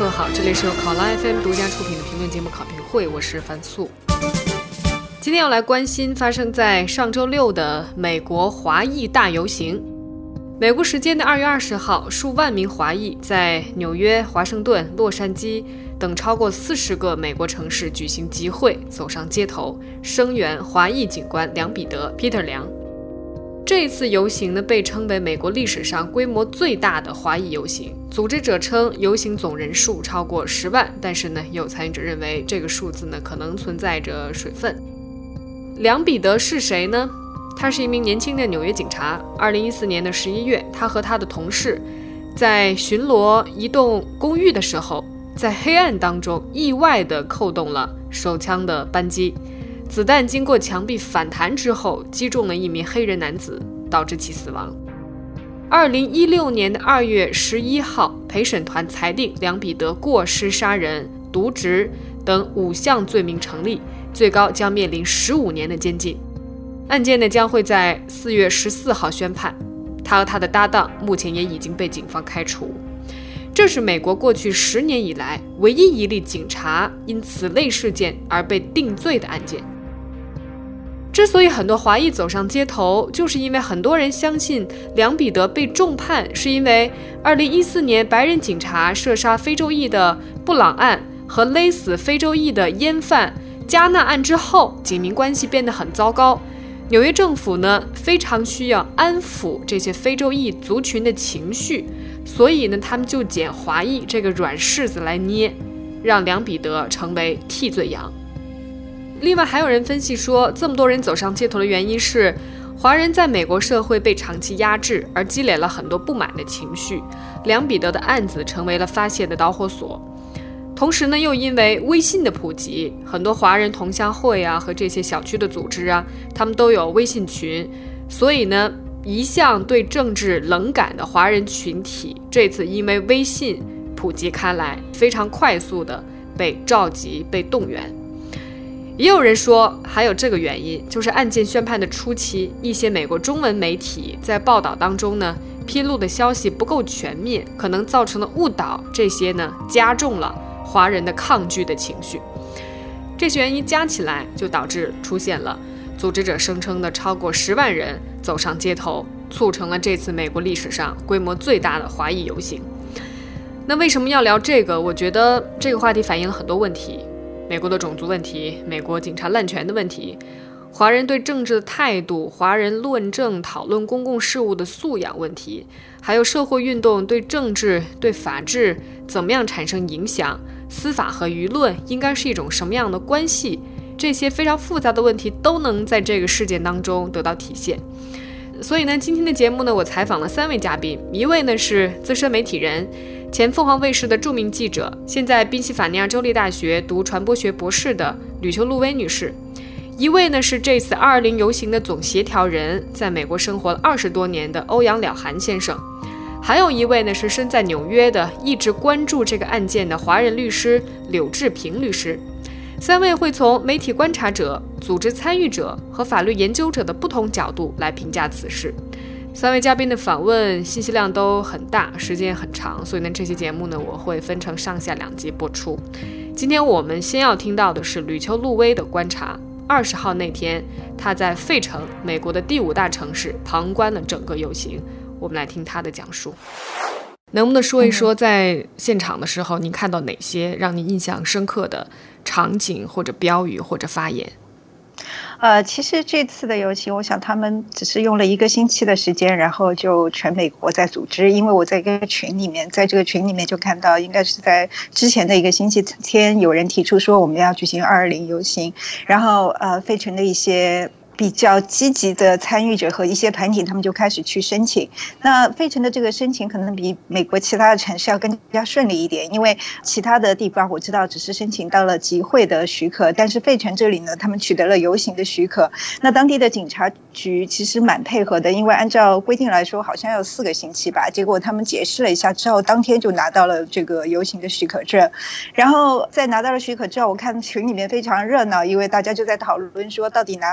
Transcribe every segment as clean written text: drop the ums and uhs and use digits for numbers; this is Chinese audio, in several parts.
各位好，这里是由考拉 FM 独家出品的评论节目考评会，我是樊素。今天要来关心发生在上周六的美国华裔大游行。美国时间的2月20号，数万名华裔在纽约、华盛顿、洛杉矶等超过40个美国城市举行集会，走上街头，声援华裔警官梁彼得 Peter 梁。这一次游行呢，被称为美国历史上规模最大的华裔游行。组织者称游行总人数超过10万，但是呢，也有参与者认为这个数字呢可能存在着水分。梁彼得是谁呢？他是一名年轻的纽约警察。2014年的11月，他和他的同事在巡逻一栋公寓的时候，在黑暗当中意外地扣动了手枪的扳机。子弹经过墙壁反弹之后，击中了一名黑人男子，导致其死亡。2016年的2月11号，陪审团裁定梁彼得过失杀人、渎职等5项罪名成立，最高将面临15年的监禁。案件呢将会在4月14号宣判，他和他的搭档目前也已经被警方开除。这是美国过去10年以来唯一一例警察因此类事件而被定罪的案件。之所以很多华裔走上街头，就是因为很多人相信梁彼得被重判是因为2014年白人警察射杀非洲裔的布朗案和勒死非洲裔的烟贩加纳案之后，警民关系变得很糟糕。纽约政府呢非常需要安抚这些非洲裔族群的情绪，所以呢他们就捡华裔这个软柿子来捏，让梁彼得成为替罪羊。另外还有人分析说，这么多人走上街头的原因是华人在美国社会被长期压制，而积累了很多不满的情绪，梁彼得的案子成为了发泄的导火索。同时呢，又因为微信的普及，很多华人同乡会啊和这些小区的组织啊，他们都有微信群，所以呢，一向对政治冷感的华人群体，这次因为微信普及开来，非常快速的被召集、被动员。也有人说，还有这个原因，就是案件宣判的初期，一些美国中文媒体在报道当中呢，披露的消息不够全面，可能造成了误导，这些呢，加重了华人的抗拒的情绪。这些原因加起来，就导致出现了组织者声称的超过10万人走上街头，促成了这次美国历史上规模最大的华裔游行。那为什么要聊这个？我觉得这个话题反映了很多问题。美国的种族问题，美国警察滥权的问题，华人对政治的态度，华人论证讨论公共事务的素养问题，还有社会运动对政治、对法治怎么样产生影响，司法和舆论应该是一种什么样的关系，这些非常复杂的问题都能在这个事件当中得到体现。所以呢，今天的节目呢，我采访了3位嘉宾，一位呢是资深媒体人，前凤凰卫视的著名记者，现在宾夕法尼亚州立大学读传播学博士的吕秋露薇女士；一位呢是这次220游行的总协调人，在美国生活了20多年的欧阳了涵先生；还有一位呢是身在纽约的，一直关注这个案件的华人律师柳志平律师。3位会从媒体观察者、组织参与者和法律研究者的不同角度来评价此事。3位嘉宾的访问信息量都很大，时间也很长，所以呢，这期节目呢，我会分成上下2集播出。今天我们先要听到的是吕秋露薇的观察。20号那天，他在费城，美国的第5大城市，旁观了整个游行。我们来听他的讲述。能不能说一说，在现场的时候，你看到哪些让你印象深刻的场景或者标语或者发言？ 其实这次的游行，我想他们只是用了1个星期的时间，然后就全美国在组织。因为我在一个群里面，在这个群里面就看到，应该是在之前的1个星期天，有人提出说我们要举行220游行，然后费城的一些比较积极的参与者和一些团体，他们就开始去申请。那费城的这个申请可能比美国其他的城市要更加顺利一点，因为其他的地方我知道只是申请到了集会的许可，但是费城这里呢，他们取得了游行的许可。那当地的警察局其实蛮配合的，因为按照规定来说好像要4个星期吧，结果他们解释了一下之后，当天就拿到了这个游行的许可证。然后在拿到了许可之后，我看群里面非常热闹，因为大家就在讨论说到底拿什么样的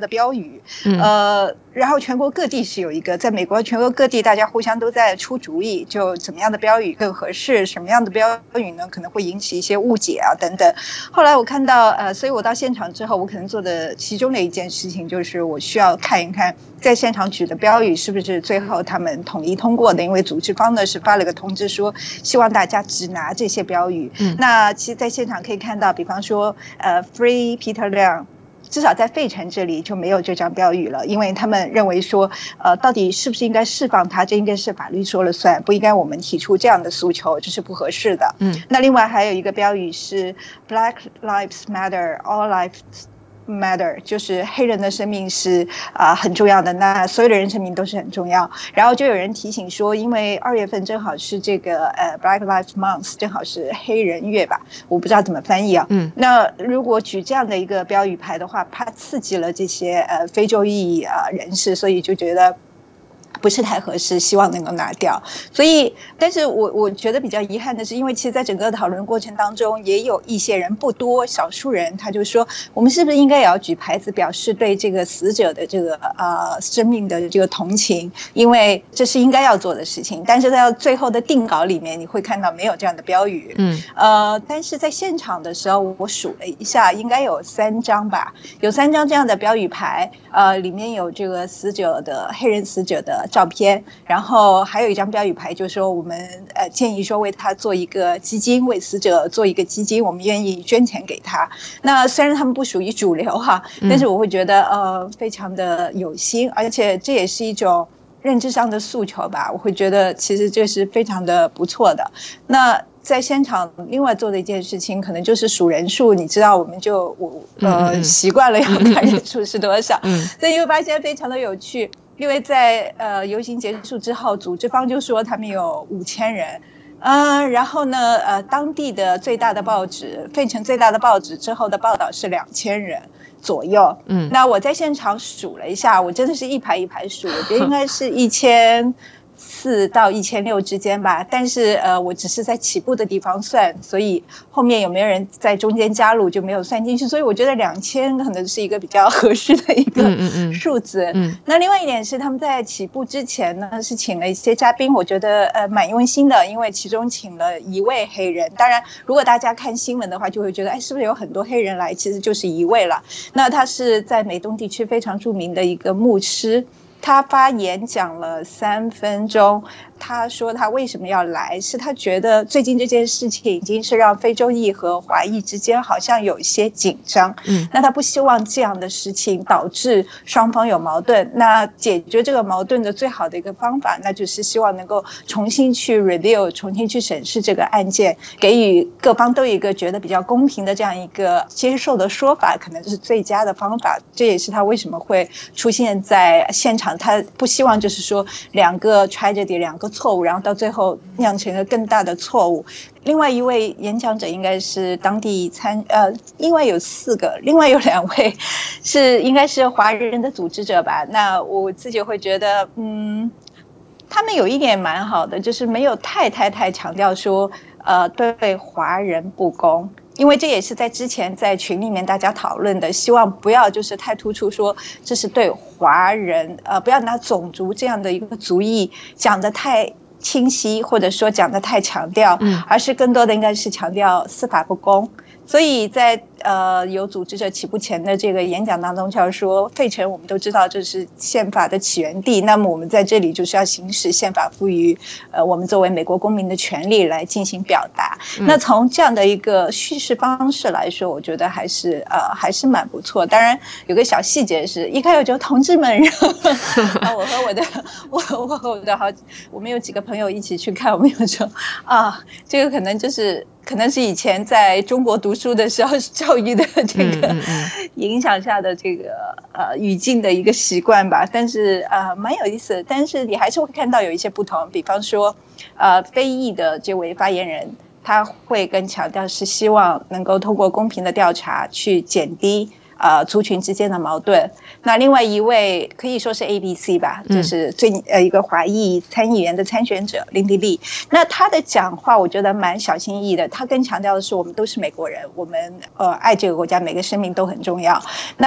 的标语，然后全国各地是有一个，在美国全国各地大家互相都在出主意，就怎么样的标语更合适，什么样的标语呢可能会引起一些误解啊等等。后来我看到所以我到现场之后，我可能做的其中的一件事情就是我需要看一看在现场举的标语是不是最后他们统一通过的，因为组织方呢是发了个通知说希望大家只拿这些标语。那其实在现场可以看到，比方说Free Peter Liang，至少在费城这里就没有这张标语了，因为他们认为说，到底是不是应该释放他，这应该是法律说了算，不应该我们提出这样的诉求，这是不合适的。那另外还有一个标语是 Black Lives Matter, All Lives Matter， 就是黑人的生命是很重要的，那所有的人生命都是很重要。然后就有人提醒说，因为2月份正好是这个Black Lives Month， 正好是黑人月吧，我不知道怎么翻译啊。那如果举这样的一个标语牌的话，怕刺激了这些非洲裔人士，所以就觉得不是太合适，希望能够拿掉。所以但是我觉得比较遗憾的是，因为其实在整个讨论过程当中也有一些人，不多，少数人他就说我们是不是应该也要举牌子表示对这个死者的这个生命的这个同情，因为这是应该要做的事情。但是在最后的定稿里面你会看到没有这样的标语。但是在现场的时候我数了一下，应该有3张吧，有3张这样的标语牌，里面有这个死者的黑人死者的照片，然后还有一张标语牌，就是说我们建议说为他做一个基金，为死者做一个基金，我们愿意捐钱给他。那虽然他们不属于主流哈，但是我会觉得非常的有心，而且这也是一种认知上的诉求吧，我会觉得其实这是非常的不错的。那在现场另外做的一件事情可能就是数人数，你知道我们就习惯了要看人数是多少，所以你会发现非常的有趣。因为在游行结束之后，组织方就说他们有5000人，然后呢当地的最大的报纸，费城最大的报纸之后的报道是2000人左右。那我在现场数了一下，我真的是一排一排数，我觉得应该是1400到1600之间吧，但是我只是在起步的地方算，所以后面有没有人在中间加入就没有算进去，所以我觉得2000可能是一个比较合适的一个数字。那另外一点是他们在起步之前呢是请了一些嘉宾，我觉得蛮用心的，因为其中请了1位黑人，当然如果大家看新闻的话就会觉得是不是有很多黑人来，其实就是1位了。那他是在美东地区非常著名的一个牧师，他发言讲了3分钟，他说他为什么要来，是他觉得最近这件事情已经是让非洲裔和华裔之间好像有一些紧张，那他不希望这样的事情导致双方有矛盾，那解决这个矛盾的最好的一个方法，那就是希望能够重新去 review， 重新去审视这个案件，给予各方都有一个觉得比较公平的这样一个接受的说法，可能是最佳的方法。这也是他为什么会出现在现场，他不希望就是说2个 tragedy， 2个错误，然后到最后酿成了更大的错误。另外一位演讲者应该是当地另外有4个，另外有2位是应该是华人的组织者吧。那我自己会觉得他们有一点蛮好的，就是没有太强调说对华人不公，因为这也是在之前在群里面大家讨论的，希望不要就是太突出说这是对华人不要拿种族这样的一个族裔讲得太清晰，或者说讲得太强调，而是更多的应该是强调司法不公。所以在有组织者起步前的这个演讲当中就要说，费城我们都知道这是宪法的起源地，那么我们在这里就是要行使宪法赋予我们作为美国公民的权利来进行表达。那从这样的一个叙事方式来说，我觉得还是蛮不错。当然有个小细节是，一开始就同志们我和我们有几个朋友一起去看，我们有说这个可能是以前在中国读书的时候教育的这个影响下的这个语境的一个习惯吧，但是蛮有意思的。但是你还是会看到有一些不同，比方说非裔的这位发言人，他会更强调是希望能够通过公平的调查去减低族群之间的矛盾。那另外一位可以说是 ABC 吧，就是一个华裔参议员的参选者林迪利，那他的讲话我觉得蛮小心翼翼的，他更强调的是我们都是美国人，我们爱这个国家，每个生命都很重要。那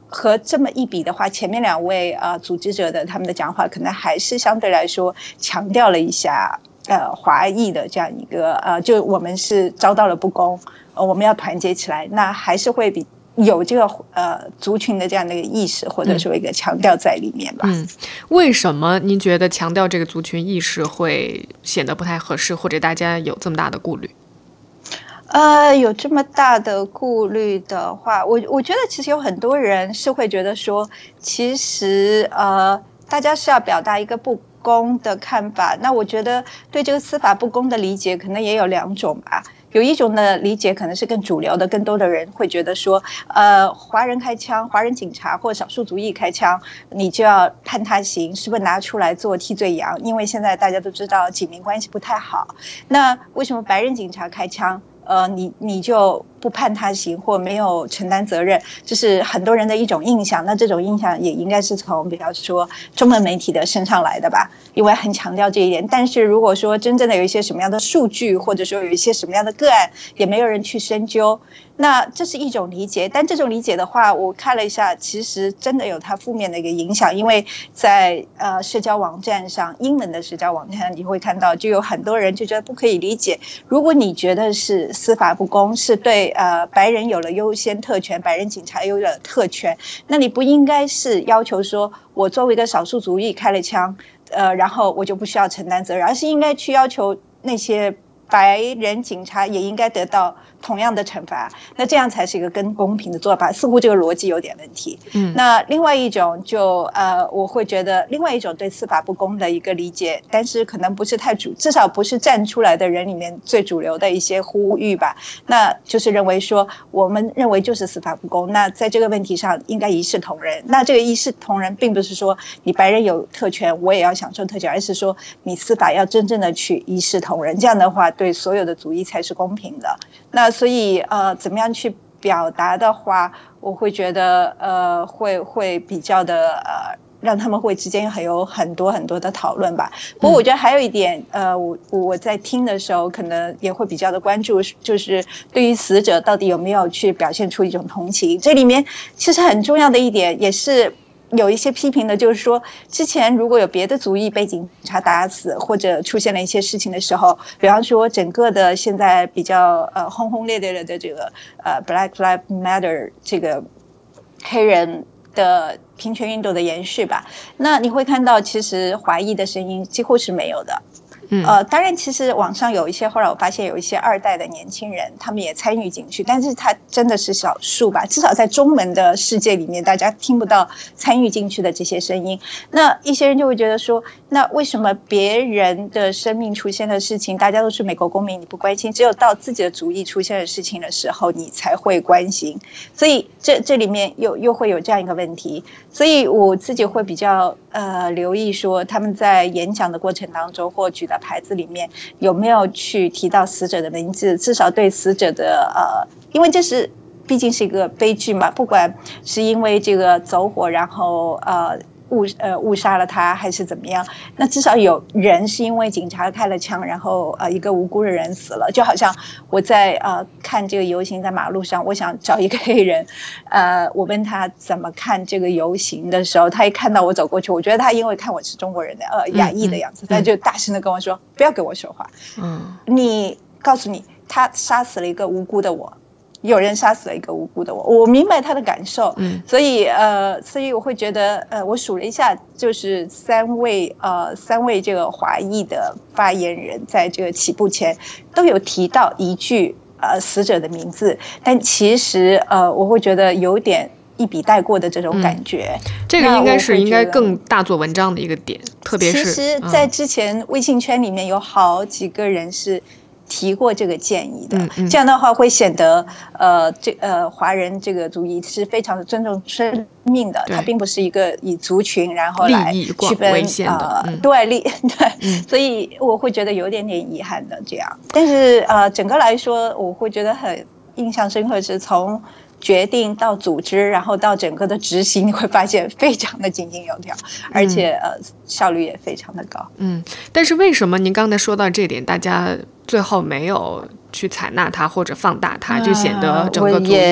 和这么一比的话，前面两位组织者的他们的讲话可能还是相对来说强调了一下华裔的这样一个就我们是遭到了不公，我们要团结起来，那还是会比有这个族群的这样的一个意识或者说一个强调在里面吧。 为什么您觉得强调这个族群意识会显得不太合适，或者大家有这么大的顾虑？ 有这么大的顾虑的话，我觉得其实有很多人是会觉得说，其实大家是要表达一个不公的看法。那我觉得对这个司法不公的理解可能也有两种吧。有一种的理解可能是更主流的，更多的人会觉得说，华人开枪，华人警察或少数族裔开枪，你就要判他刑，是不是拿出来做替罪羊？因为现在大家都知道警民关系不太好，那为什么白人警察开枪？你就不判他刑或没有承担责任，这是很多人的一种印象。那这种印象也应该是从比方说中文媒体的身上来的吧，因为很强调这一点。但是如果说真正的有一些什么样的数据，或者说有一些什么样的个案，也没有人去深究，那这是一种理解。但这种理解的话，我看了一下，其实真的有它负面的一个影响，因为在社交网站上，英文的社交网站你会看到，就有很多人就觉得不可以理解。如果你觉得是司法不公，是对白人有了优先特权，白人警察有了特权，那你不应该是要求说我作为一个少数族裔开了枪，然后我就不需要承担责任，而是应该去要求那些白人警察也应该得到同样的惩罚，那这样才是一个更公平的做法。似乎这个逻辑有点问题。那另外一种就我会觉得另外一种对司法不公的一个理解，但是可能不是太至少不是站出来的人里面最主流的一些呼吁吧，那就是认为说我们认为就是司法不公，那在这个问题上应该一视同仁。那这个一视同仁并不是说你白人有特权我也要享受特权，而是说你司法要真正的去一视同仁，这样的话对所有的族裔才是公平的。那所以怎么样去表达的话，我会觉得会比较的让他们会之间有很多很多的讨论吧。不过我觉得还有一点我在听的时候可能也会比较的关注，就是对于死者到底有没有去表现出一种同情。这里面其实很重要的一点也是有一些批评的，就是说之前如果有别的族裔被警察打死或者出现了一些事情的时候，比方说整个的现在比较轰轰烈烈的这个Black Lives Matter 这个黑人的平权运动的延续吧，那你会看到其实华裔的声音几乎是没有的。当然其实网上有一些，后来我发现有一些二代的年轻人他们也参与进去，但是他真的是少数吧，至少在中文的世界里面大家听不到参与进去的这些声音。那一些人就会觉得说，那为什么别人的生命出现的事情大家都是美国公民你不关心，只有到自己的族裔出现的事情的时候你才会关心，所以这里面又会有这样一个问题。所以我自己会比较留意说他们在演讲的过程当中或举的牌子里面有没有去提到死者的名字，至少对死者的因为这是毕竟是一个悲剧嘛，不管是因为这个走火然后误杀了他还是怎么样，那至少有人是因为警察开了枪，然后一个无辜的人死了。就好像我在看这个游行在马路上，我想找一个黑人我问他怎么看这个游行的时候，他一看到我走过去，我觉得他因为看我是中国人的亚裔的样子，他就大声的跟我说不要跟我说话，你告诉你他杀死了一个无辜的我，有人杀死了一个无辜的我明白他的感受。所以我会觉得我数了一下，就是三位这个华裔的发言人在这个起步前都有提到一句死者的名字，但其实我会觉得有点一笔带过的这种感觉。 这个应该更大做文章的一个点，特别是其实在之前微信圈里面有好几个人是提过这个建议的，这样的话会显得华人这个族裔是非常的尊重生命的，它并不是一个以族群然后来区分为先的， 对，所以我会觉得有点遗憾的这样。但是整个来说我会觉得很印象深刻，是从决定到组织然后到整个的执行，你会发现非常的井井有条，而且效率也非常的高。 但是为什么您刚才说到这点大家最后没有去采纳它或者放大它，就显得整个组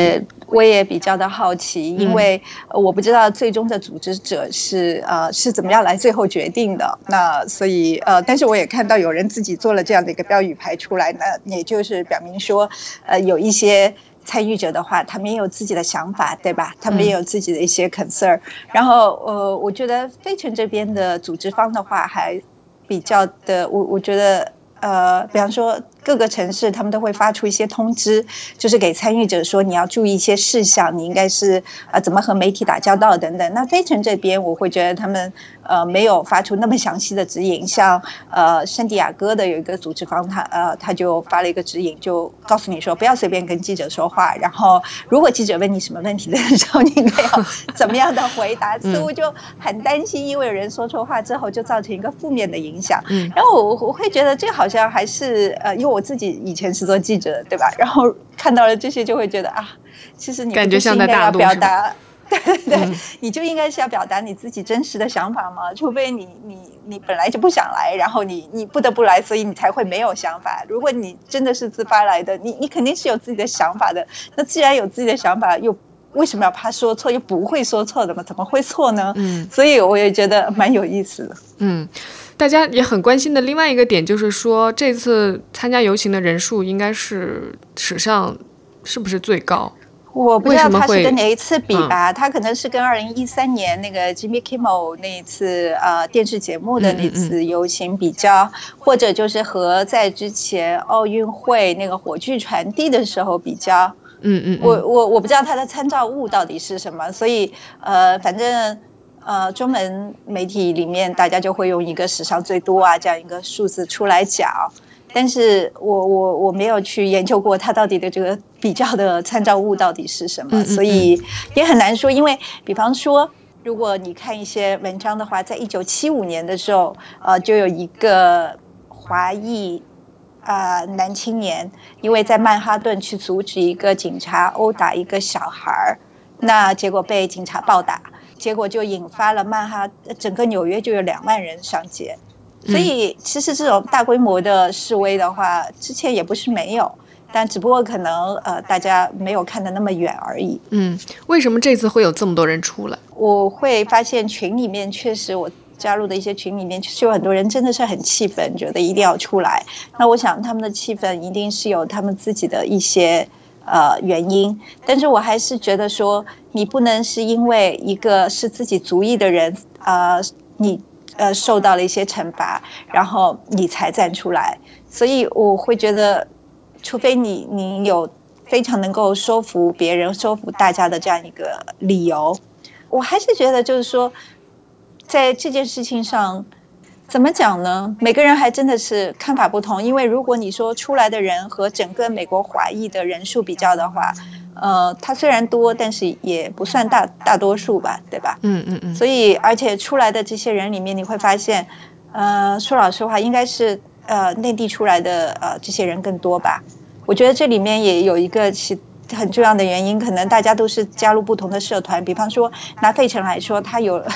我也比较的好奇，因为我不知道最终的组织者是怎么样来最后决定的。那所以但是我也看到有人自己做了这样的一个标语牌出来，那也就是表明说有一些参与者的话，他们也有自己的想法，对吧？他们也有自己的一些 concern。然后我觉得费城这边的组织方的话还比较的，我觉得比方说各个城市他们都会发出一些通知，就是给参与者说你要注意一些事项，你应该是怎么和媒体打交道等等。那费城这边我会觉得他们没有发出那么详细的指引，像圣地亚哥的有一个组织方他就发了一个指引，就告诉你说不要随便跟记者说话，然后如果记者问你什么问题的时候，你应该要怎么样的回答。似乎就很担心因为有人说错话之后就造成一个负面的影响。然后我会觉得这好像还是因为我自己以前是做记者的，对吧？然后看到了这些就会觉得其实你不就是应该要表达，对，你就应该是要表达你自己真实的想法嘛，除非你本来就不想来，然后你不得不来，所以你才会没有想法。如果你真的是自发来的，你肯定是有自己的想法的。那既然有自己的想法，又为什么要怕说错？又不会说错的嘛，怎么会错呢？所以我也觉得蛮有意思的。 大家也很关心的另外一个点就是说，这次参加游行的人数应该是史上是不是最高？ 我不知道他是跟哪一次比吧，他可能是跟2013年那个 Jimmy Kimmel 那一次电视节目的那次游行比较，或者就是和在之前奥运会那个火炬传递的时候比较。我不知道他的参照物到底是什么，所以反正中文媒体里面大家就会用一个史上最多这样一个数字出来讲，但是我没有去研究过它到底的这个比较的参照物到底是什么，所以也很难说。因为比方说如果你看一些文章的话，在1975年的时候就有一个华裔男青年因为在曼哈顿去阻止一个警察殴打一个小孩，那结果被警察暴打，结果就引发了整个纽约就有2万人上街。所以其实这种大规模的示威的话之前也不是没有，但只不过可能大家没有看得那么远而已。 为什么这次会有这么多人出来？ 我会发现群里面确实，我加入的一些群里面确实有很多人真的是很气愤，觉得一定要出来。那我想他们的气愤一定是有他们自己的一些原因，但是我还是觉得说你不能是因为一个是自己族裔的人你受到了一些惩罚，然后你才站出来。所以我会觉得除非你有非常能够说服别人说服大家的这样一个理由，我还是觉得就是说在这件事情上怎么讲呢，每个人还真的是看法不同。因为如果你说出来的人和整个美国华裔的人数比较的话它虽然多，但是也不算大多数吧，对吧？所以而且出来的这些人里面你会发现说老实话应该是内地出来的这些人更多吧。我觉得这里面也有一个很重要的原因，可能大家都是加入不同的社团。比方说拿费城来说，它有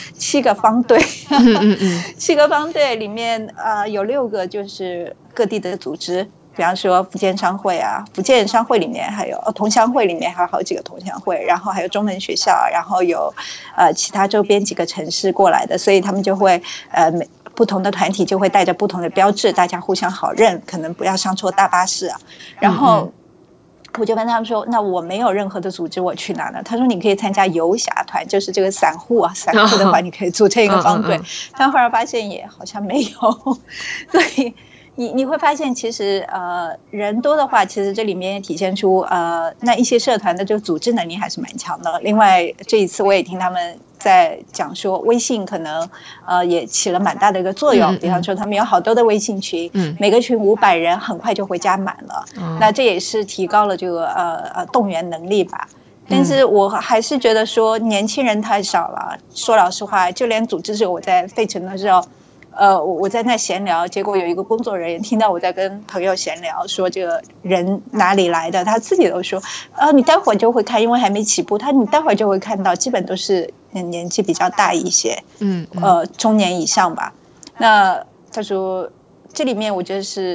7个方队7个方队里面有6个就是各地的组织，比方说福建商会福建商会里面还有同乡会里面还有好几个同乡会，然后还有中文学校，然后有其他周边几个城市过来的，所以他们就会不同的团体就会带着不同的标志，大家互相好认，可能不要上错大巴士然后我就问他们说，那我没有任何的组织，我去哪呢？他说你可以参加游侠团，就是这个散户的话你可以组成一个方队但后来发现也好像没有所以你会发现其实人多的话，其实这里面也体现出那一些社团的这个组织能力还是蛮强的。另外这一次我也听他们在讲说微信可能也起了蛮大的一个作用，比方说他们有好多的微信群每个群500人很快就会加满了那这也是提高了这个动员能力吧。但是我还是觉得说年轻人太少了，说老实话就连组织者我在费城的时候我在那闲聊，结果有一个工作人员听到我在跟朋友闲聊，说这个人哪里来的，他自己都说你待会儿就会看，因为还没起步，你待会儿就会看到，基本都是年纪比较大一些中年以上吧。那他说这里面我觉得是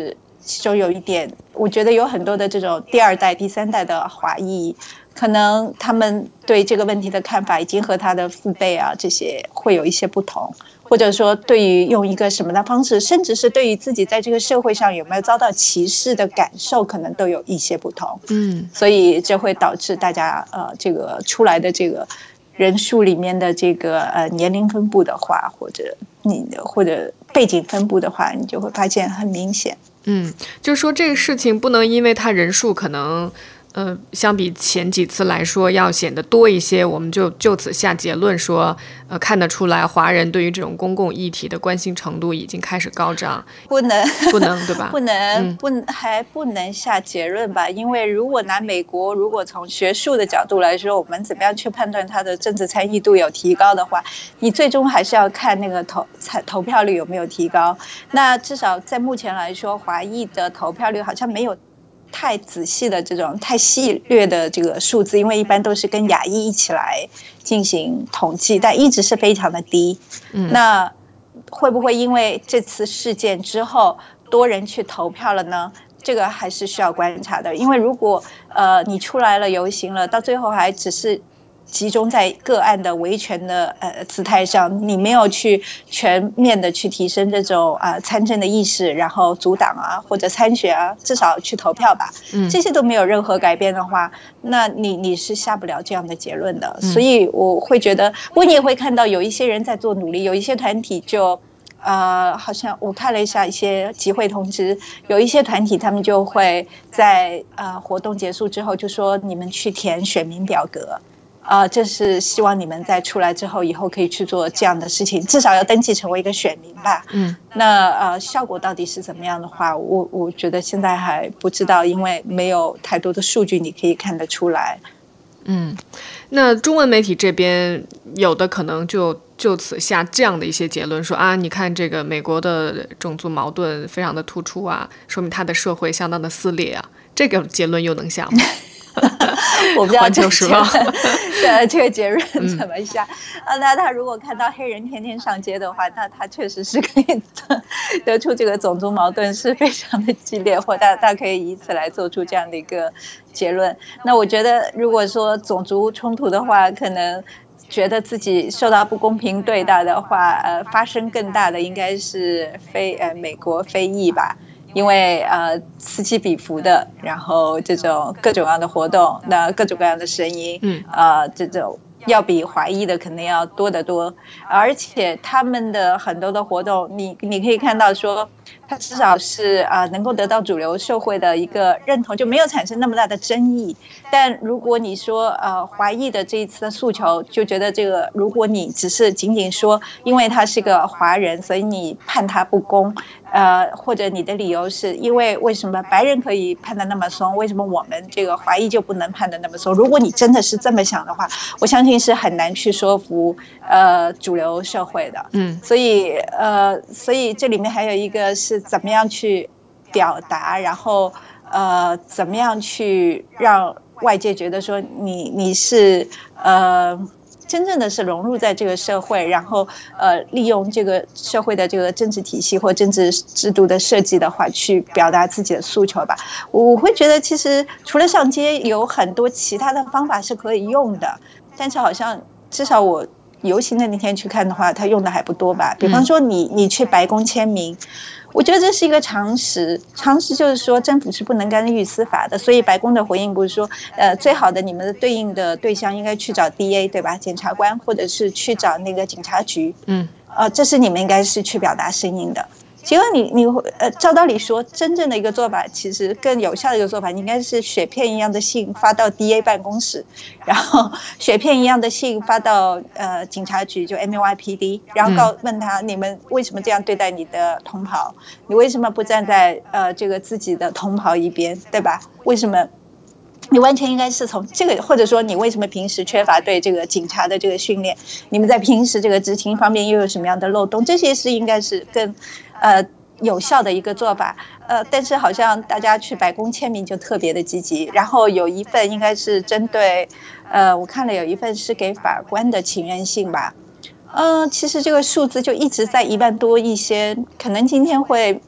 其中有一点，我觉得有很多的这种第二代、第三代的华裔，可能他们对这个问题的看法已经和他的父辈啊这些会有一些不同，或者说对于用一个什么的方式，甚至是对于自己在这个社会上有没有遭到歧视的感受，可能都有一些不同。所以这会导致大家这个出来的这个人数里面的这个年龄分布的话，或者背景分布的话，你就会发现很明显。 就是说这个事情不能因为它人数可能相比前几次来说要显得多一些，我们就此下结论说看得出来华人对于这种公共议题的关心程度已经开始高涨。不能对吧？ 还不能下结论吧，因为如果拿美国，如果从学术的角度来说，我们怎么样去判断它的政治参与度有提高的话，你最终还是要看那个投票率有没有提高。那至少在目前来说，华裔的投票率好像没有太仔细的这种太细略的这个数字，因为一般都是跟亚裔一起来进行统计，但一直是非常的低。那会不会因为这次事件之后多人去投票了呢？这个还是需要观察的，因为如果你出来了游行了，到最后还只是集中在个案的维权的姿态上，你没有去全面的去提升这种参政的意识，然后阻挡啊或者参选啊，至少去投票吧，这些都没有任何改变的话，那你是下不了这样的结论的。所以我会觉得，不过你也会看到有一些人在做努力，有一些团体就好像我看了一下一些集会通知，有一些团体他们就会在活动结束之后就说你们去填选民表格。这是希望你们在出来之后以后可以去做这样的事情，至少要登记成为一个选民吧。那效果到底是怎么样的话，我觉得现在还不知道，因为没有太多的数据你可以看得出来。 那中文媒体这边有的可能就此下这样的一些结论，说你看这个美国的种族矛盾非常的突出啊，说明它的社会相当的撕裂啊，这个结论又能下吗？ 我不知道环球时报这个结论怎么下。那他如果看到黑人天天上街的话，那他确实是可以得出这个种族矛盾是非常的激烈，或他可以以此来做出这样的一个结论。那我觉得如果说种族冲突的话，可能觉得自己受到不公平对待的话，发生更大的应该是美国非裔吧。因为此起彼伏的，然后这种各种各样的活动，那各种各样的声音，这种要比华裔的肯定要多得多，而且他们的很多的活动，你可以看到说，它至少是能够得到主流社会的一个认同，就没有产生那么大的争议。但如果你说华裔的这一次的诉求，就觉得这个，如果你只是仅仅说因为他是个华人，所以你判他不公。或者你的理由是因为为什么白人可以判得那么松，为什么我们这个华裔就不能判得那么松？如果你真的是这么想的话，我相信是很难去说服主流社会的。所以这里面还有一个是怎么样去表达，然后怎么样去让外界觉得说你是真正的是融入在这个社会，然后利用这个社会的这个政治体系或政治制度的设计的话，去表达自己的诉求吧。我会觉得其实除了上街，有很多其他的方法是可以用的，但是好像至少我游行的那天去看的话，他用的还不多吧。比方说你去白宫签名，我觉得这是一个常识就是说政府是不能干预司法的，所以白宫的回应不是说最好的你们的对应的对象应该去找 DA 对吧，检察官，或者是去找那个警察局，这是你们应该是去表达声音的。结果照道理说，真正的一个做法，其实更有效的一个做法，应该是雪片一样的信发到 DA 办公室，然后雪片一样的信发到警察局，就 NYPD， 然后问他你们为什么这样对待你的同袍？你为什么不站在这个自己的同袍一边，对吧？为什么？你完全应该是从这个，或者说你为什么平时缺乏对这个警察的这个训练？你们在平时这个执勤方面又有什么样的漏洞？这些是应该是更有效的一个做法。但是好像大家去白宫签名就特别的积极，然后有一份应该是针对我看了有一份是给法官的请愿信吧。其实这个数字就一直在1万多一些，可能今天会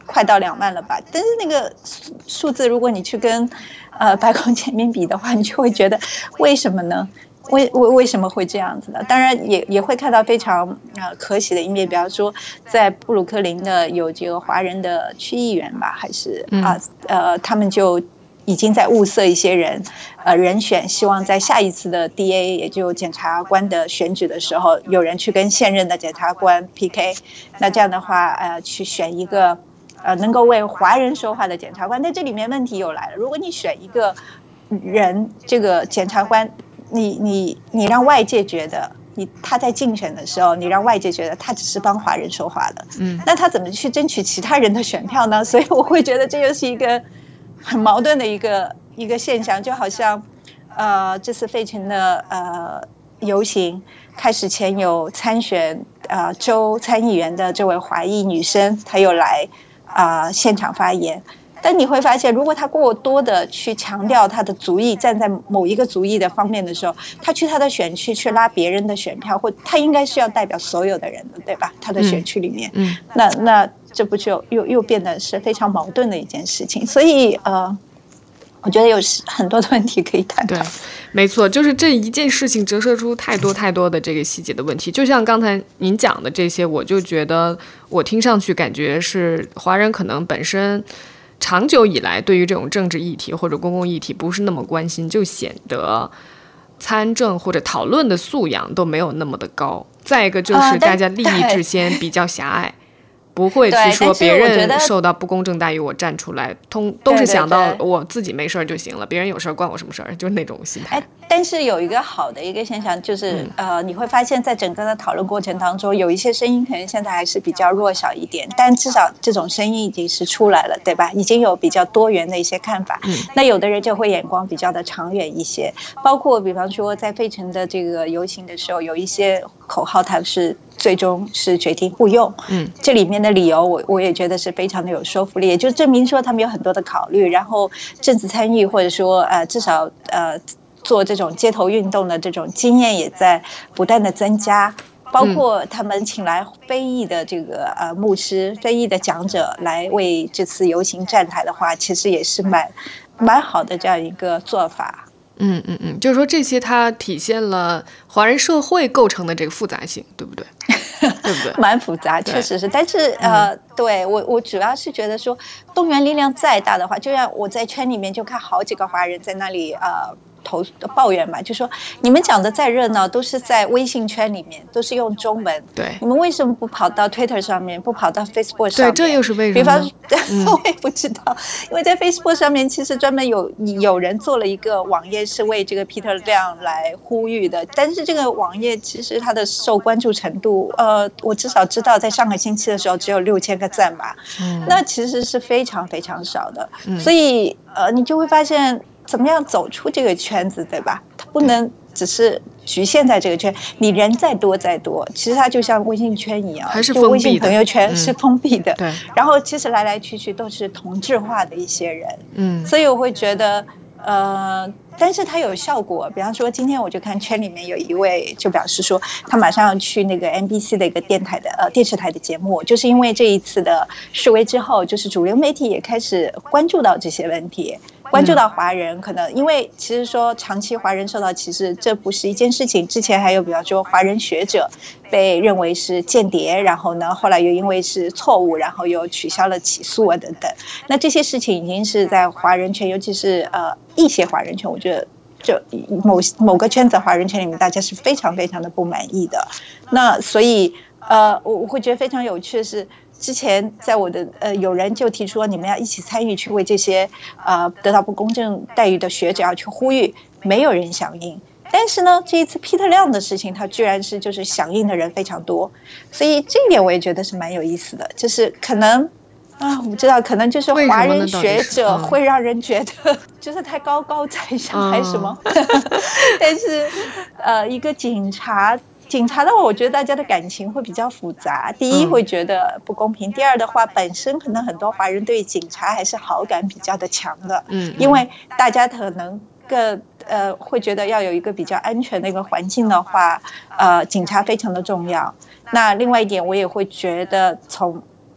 快到2万了吧？但是那个数字，如果你去跟白宫前面比的话，你就会觉得为什么呢？为什么会这样子呢？当然也会看到非常可喜的一面，比方说在布鲁克林的有这个华人的区议员吧，还是他们就已经在物色一些人选，希望在下一次的 DA 也就检察官的选举的时候，有人去跟现任的检察官 PK， 那这样的话去选一个能够为华人说话的检察官。但这里面问题又来了，如果你选一个人，这个检察官，你让外界觉得他在竞选的时候，你让外界觉得他只是帮华人说话的，那他怎么去争取其他人的选票呢？所以我会觉得这又是一个很矛盾的一个现象，就好像这次费城的游行开始前有参选州参议员的这位华裔女生，她又来现场发言。但你会发现，如果他过多的去强调他的族裔，站在某一个族裔的方面的时候，他去他的选区去拉别人的选票，或他应该是要代表所有的人的，对吧？他的选区里面，那这不就又变得是非常矛盾的一件事情。所以我觉得有很多的问题可以探讨。 对，没错，就是这一件事情折射出太多的这个细节的问题。就像刚才您讲的这些，我就觉得我听上去感觉是华人可能本身长久以来对于这种政治议题或者公共议题不是那么关心，就显得参政或者讨论的素养都没有那么的高。再一个就是大家利益之间比较狭隘，不会去说别人受到不公正待遇我站出来，都是想到我自己没事就行了，别人有事关我什么事儿，就是那种心态。 但是有一个好的一个现象就是，你会发现在整个的讨论过程当中，有一些声音可能现在还是比较弱小一点，但至少这种声音已经是出来了，对吧？已经有比较多元的一些看法。那有的人就会眼光比较的长远一些，包括比方说在费城的这个游行的时候，有一些口号它是最终是决定不用。这里面的理由我也觉得是非常的有说服力，也就证明说他们有很多的考虑，然后政治参与或者说至少做这种街头运动的这种经验也在不断的增加，包括他们请来非裔的这个牧师、非裔的讲者来为这次游行站台的话，其实也是蛮好的这样一个做法。 就是说这些它体现了华人社会构成的这个复杂性，对不对？对不对？ 蛮复杂，确实是。但是对我主要是觉得说，动员力量再大的话，就像我在圈里面就看好几个华人在那里抱怨嘛，就说你们讲的再热闹，都是在微信圈里面，都是用中文。 对， 你们为什么不跑到 Twitter 上面，不跑到 Facebook 上面？ 对，这又是为什么？ 比方，我也不知道，因为在 Facebook 上面，其实专门有人做了一个网页，是为这个 Peter Liang 来呼吁的。但是这个网页其实它的受关注程度，我至少知道，在上个星期的时候只有6000个赞吧。那其实是非常非常少的。所以你就会发现，怎么样走出这个圈子，对吧？它不能只是局限在这个圈，你人再多，其实它就像微信圈一样， 还是封闭的， 微信朋友圈是封闭的。 对。 然后其实来来去去都是同质化的一些人。所以我会觉得，但是它有效果。比方说，今天我就看圈里面有一位就表示说，他马上要去那个 NBC 的一个电视台的节目，就是因为这一次的示威之后，就是主流媒体也开始关注到这些问题。关注到华人，可能因为其实说长期华人受到歧视，这不是一件事情。之前还有比方说华人学者被认为是间谍，然后呢后来又因为是错误，然后又取消了起诉等等。那这些事情已经是在华人圈，尤其是一些华人圈，我觉得就某个圈子华人圈里面，大家是非常非常的不满意的。那所以我会觉得非常有趣的是，之前在我的有人就提出你们要一起参与去为这些得到不公正待遇的学者要去呼吁，没有人响应。但是呢，这一次 Peter Liang 的事情，他居然是就是响应的人非常多，所以这一点我也觉得是蛮有意思的。就是可能我不知道，可能就是华人学者会让人觉得就是太高在上还是什么。但是一个警察的话，我觉得大家的感情会比较复杂。第一会觉得不公平，第二的话，本身可能很多华人对警察还是好感比较的强的。因为大家可能更会觉得要有一个比较安全的一个环境的话，警察非常的重要。那另外一点，我也会觉得从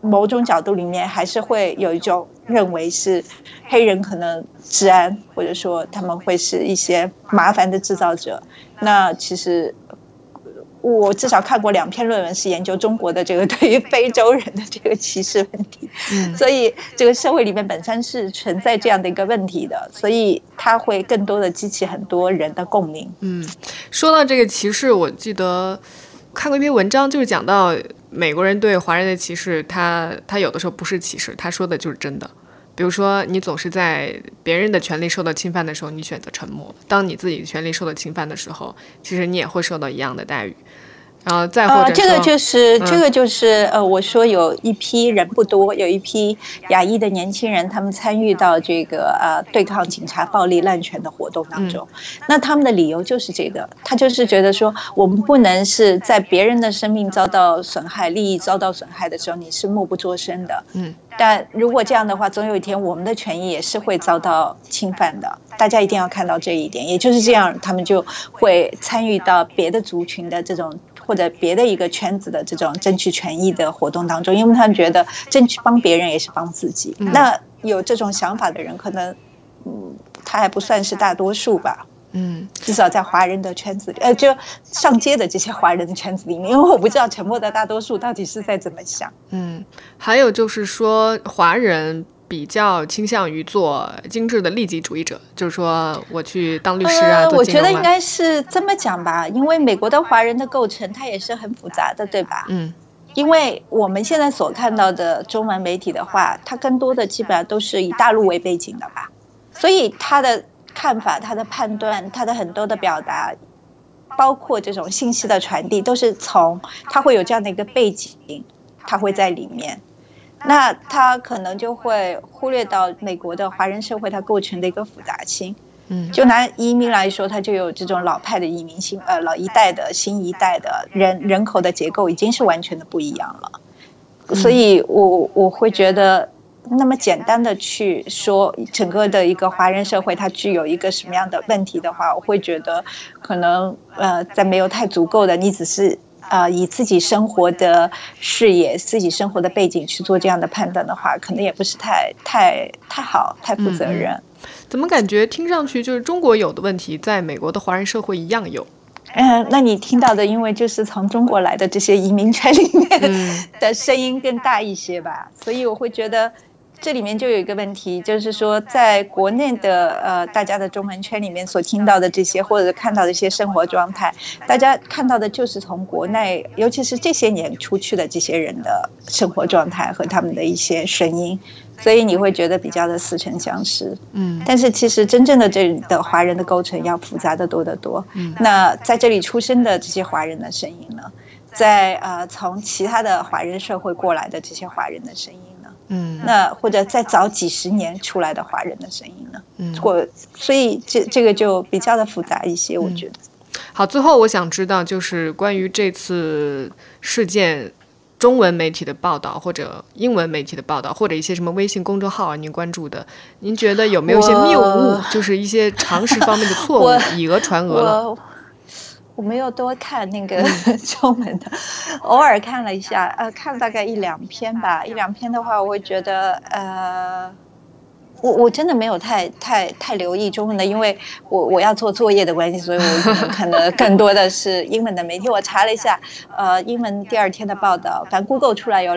某种角度里面还是会有一种认为是黑人可能治安，或者说他们会是一些麻烦的制造者。那其实我至少看过2篇论文是研究中国的这个对于非洲人的这个歧视问题，所以这个社会里面本身是存在这样的一个问题的，所以它会更多的激起很多人的共鸣。 说到这个歧视，我记得看过一篇文章，就是讲到美国人对华人的歧视，他有的时候不是歧视，他说的就是真的。比如说你总是在别人的权利受到侵犯的时候你选择沉默，当你自己的权利受到侵犯的时候，其实你也会受到一样的待遇。然后再或者说这个就是我说有一批人不多，有一批亚裔的年轻人，他们参与到这个对抗警察暴力滥权的活动当中。那他们的理由就是这个，他就是觉得说，我们不能是在别人的生命遭到损害、利益遭到损害的时候，你是默不作声的。但如果这样的话，总有一天我们的权益也是会遭到侵犯的。大家一定要看到这一点，也就是这样，他们就会参与到别的族群的这种或者别的一个圈子的这种争取权益的活动当中，因为他们觉得争取帮别人也是帮自己。那有这种想法的人，可能他还不算是大多数吧。至少在华人的圈子里，就上街的这些华人的圈子里面，因为我不知道沉默的大多数到底是在怎么想。 还有就是说，华人比较倾向于做精致的利己主义者，就是说我去当律师啊，做我金融啊。 觉得应该是这么讲吧，因为美国的华人的构成它也是很复杂的，对吧？因为我们现在所看到的中文媒体的话，它更多的基本上都是以大陆为背景的吧，所以它的看法、他的判断、他的很多的表达，包括这种信息的传递，都是从他会有这样的一个背景，他会在里面。那他可能就会忽略到美国的华人社会它构成的一个复杂性。就拿移民来说，它就有这种老派的移民性，老一代的、新一代的人口的结构已经是完全的不一样了。所以我会觉得，那么简单的去说整个的一个华人社会它具有一个什么样的问题的话，我会觉得可能在没有太足够的，你只是以自己生活的视野、自己生活的背景去做这样的判断的话，可能也不是太好、太负责任。 怎么感觉听上去就是中国有的问题，在美国的华人社会一样有？ 那你听到的，因为就是从中国来的这些移民圈里面的声音更大一些吧，所以我会觉得这里面就有一个问题，就是说在国内的大家的中文圈里面所听到的这些或者看到的一些生活状态，大家看到的就是从国内尤其是这些年出去的这些人的生活状态和他们的一些声音，所以你会觉得比较的似曾相识。但是其实真正的这里的华人的构成要复杂的多得多。那在这里出生的这些华人的声音呢，在从其他的华人社会过来的这些华人的声音呢，那或者再早几十年出来的华人的声音呢，所以这个就比较的复杂一些，我觉得。 好，最后我想知道就是关于这次事件中文媒体的报道或者英文媒体的报道或者一些什么微信公众号您关注的，您觉得有没有一些谬误，就是一些常识方面的错误以讹传讹了？ 我没有多看那个中文的，偶尔看了一下，看大概1-2篇吧。1-2篇的话，我会觉得我真的没有太留意中文的，因为我要做作业的关系，所以我看的更多的是英文的媒体。我查了一下，英文第2天的报道，反正 Google 出来有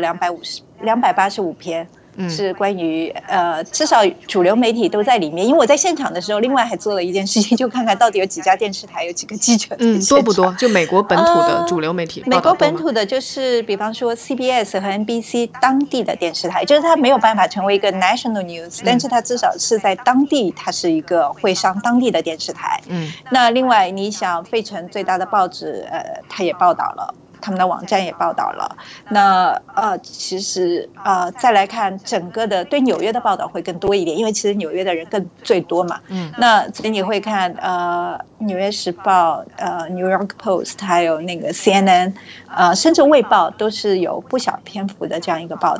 285篇。是关于至少主流媒体都在里面，因为我在现场的时候，另外还做了一件事情，就看看到底有几家电视台，有几个记者。 多不多？就美国本土的主流媒体报道多吗？ 美国本土的就是比方说 CBS 和 NBC 当地的电视台，就是它没有办法成为一个 national news，但是它至少是在当地，它是一个会上当地的电视台。那另外你想费城最大的报纸它也报道了，他们的网站也报道了。那其实再来看整个的对纽约的报道会更多一点，因为其实纽约的人最多嘛。那所以你会看纽约时报、New York Post 还有那个 CNN，甚至卫报都是有不小篇幅的这样一个报道。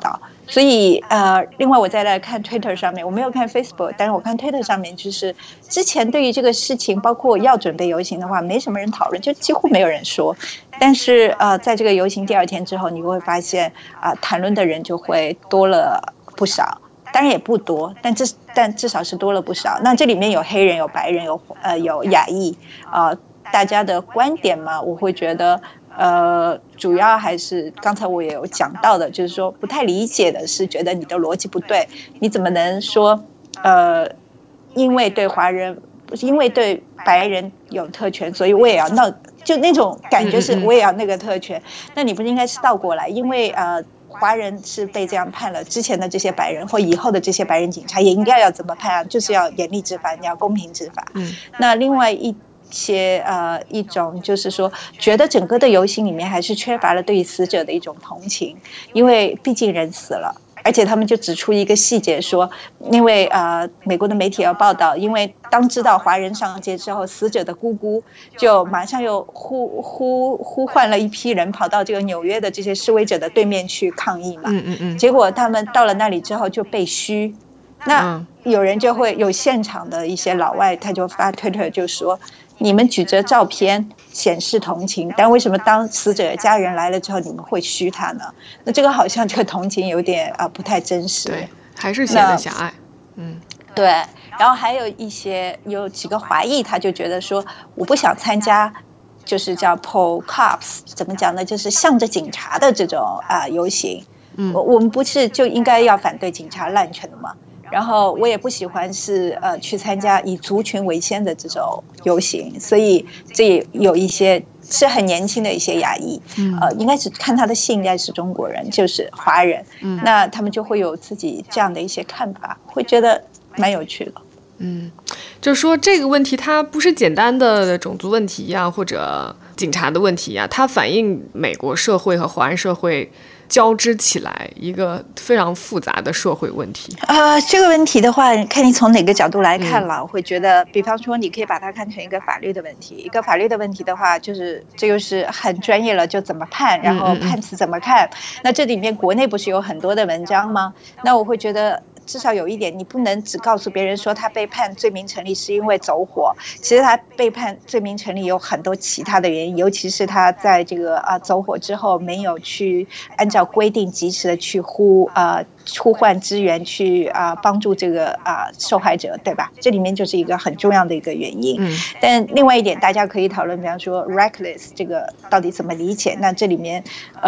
所以另外我再来看 Twitter 上面，我没有看 Facebook， 但是我看 Twitter 上面，就是之前对于这个事情，包括要准备游行的话，没什么人讨论，就几乎没有人说。但是在这个游行第2天之后，你会发现谈论的人就会多了不少。当然也不多，但至少是多了不少。那这里面有黑人，有白人，有亚裔，大家的观点嘛，我会觉得主要还是刚才我也有讲到的，就是说不太理解的是觉得你的逻辑不对，你怎么能说因为对华人，因为对白人有特权，所以我也要就那种感觉是我也要那个特权，那你不是应该是倒过来，因为华人是被这样判了，之前的这些白人或以后的这些白人警察也应该要怎么判啊？就是要严厉执法，你要公平执法。那另外一种就是说，觉得整个的游行里面还是缺乏了对于死者的一种同情，因为毕竟人死了。而且他们就指出一个细节说，因为美国的媒体要报道，因为当知道华人上街之后，死者的姑姑就马上又呼唤了一批人跑到这个纽约的这些示威者的对面去抗议嘛。结果他们到了那里之后就被嘘，那有人就会有现场的一些老外，他就发推特就说，你们举着照片显示同情，但为什么当死者的家人来了之后你们会嘘他呢？那这个好像这个同情有点不太真实， 对，还是显得狭隘。 对。然后还有几个华裔，他就觉得说，我不想参加就是叫 pro cops， 怎么讲呢，就是向着警察的这种游行。我们不是就应该要反对警察滥权的吗？然后我也不喜欢是去参加以族群为先的这种游行，所以这也有一些是很年轻的一些亚裔，应该是看他的姓应该是中国人，就是华人，那他们就会有自己这样的一些看法，会觉得蛮有趣的。 就是说这个问题它不是简单的种族问题呀，或者警察的问题呀，它反映美国社会和华人社会交织起来一个非常复杂的社会问题。 这个问题的话，看你从哪个角度来看了，我会觉得，比方说你可以把它看成一个法律的问题。一个法律的问题的话，就是这又是很专业了，就怎么判，然后判词怎么看。那这里面国内不是有很多的文章吗？那我会觉得至少有一点，你不能只告诉别人说他被判罪名成立是因为走火，其实他被判罪名成立有很多其他的原因，尤其是他在这个走火之后没有去按照规定及时的去呼唤支援去帮助这个受害者，对吧？这里面就是一个很重要的一个原因。但另外一点大家可以讨论，比方说 reckless 这个到底怎么理解，那这里面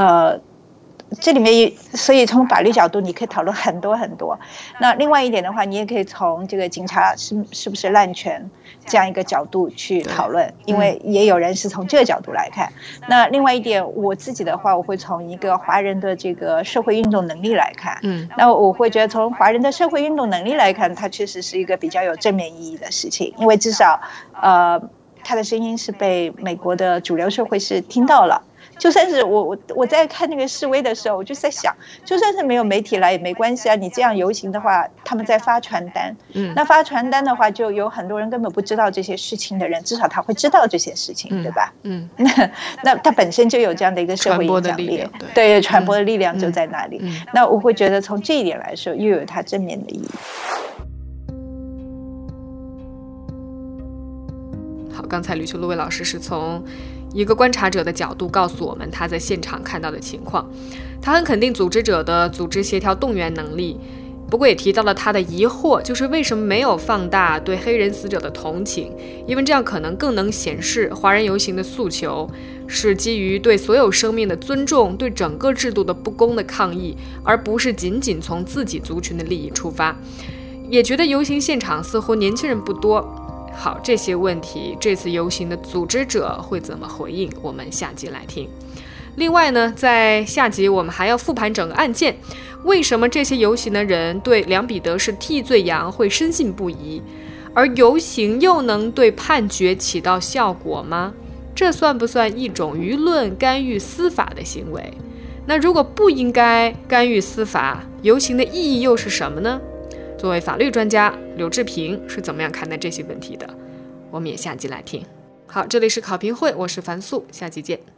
所以从法律角度你可以讨论很多很多。那另外一点的话，你也可以从这个警察是不是滥权这样一个角度去讨论，因为也有人是从这个角度来看。那另外一点，我自己的话，我会从一个华人的这个社会运动能力来看。那我会觉得从华人的社会运动能力来看，它确实是一个比较有正面意义的事情，因为至少他的声音是被美国的主流社会是听到了。就算是我在看那个示威的时候，我就在想，就算是没有媒体来也没关系啊，你这样游行的话，他们在发传单，那发传单的话，就有很多人根本不知道这些事情的人，至少他会知道这些事情，对吧？那他本身就有这样的一个社会影响力，对，传播的力量就在那里。那我会觉得从这一点来说，又有它正面的意义。 好，刚才吕秋露薇老师是从一个观察者的角度告诉我们他在现场看到的情况，他很肯定组织者的组织协调动员能力，不过也提到了他的疑惑，就是为什么没有放大对黑人死者的同情，因为这样可能更能显示华人游行的诉求是基于对所有生命的尊重，对整个制度的不公的抗议，而不是仅仅从自己族群的利益出发。也觉得游行现场似乎年轻人不多。好，这些问题这次游行的组织者会怎么回应，我们下集来听。另外呢，在下集我们还要复盘整个案件，为什么这些游行的人对梁彼得是替罪羊会深信不疑，而游行又能对判决起到效果吗？这算不算一种舆论干预司法的行为？那如果不应该干预司法，游行的意义又是什么呢？作为法律专家，柳志平是怎么样看待这些问题的？我们也下集来听。好，这里是考评会，我是樊素，下期见。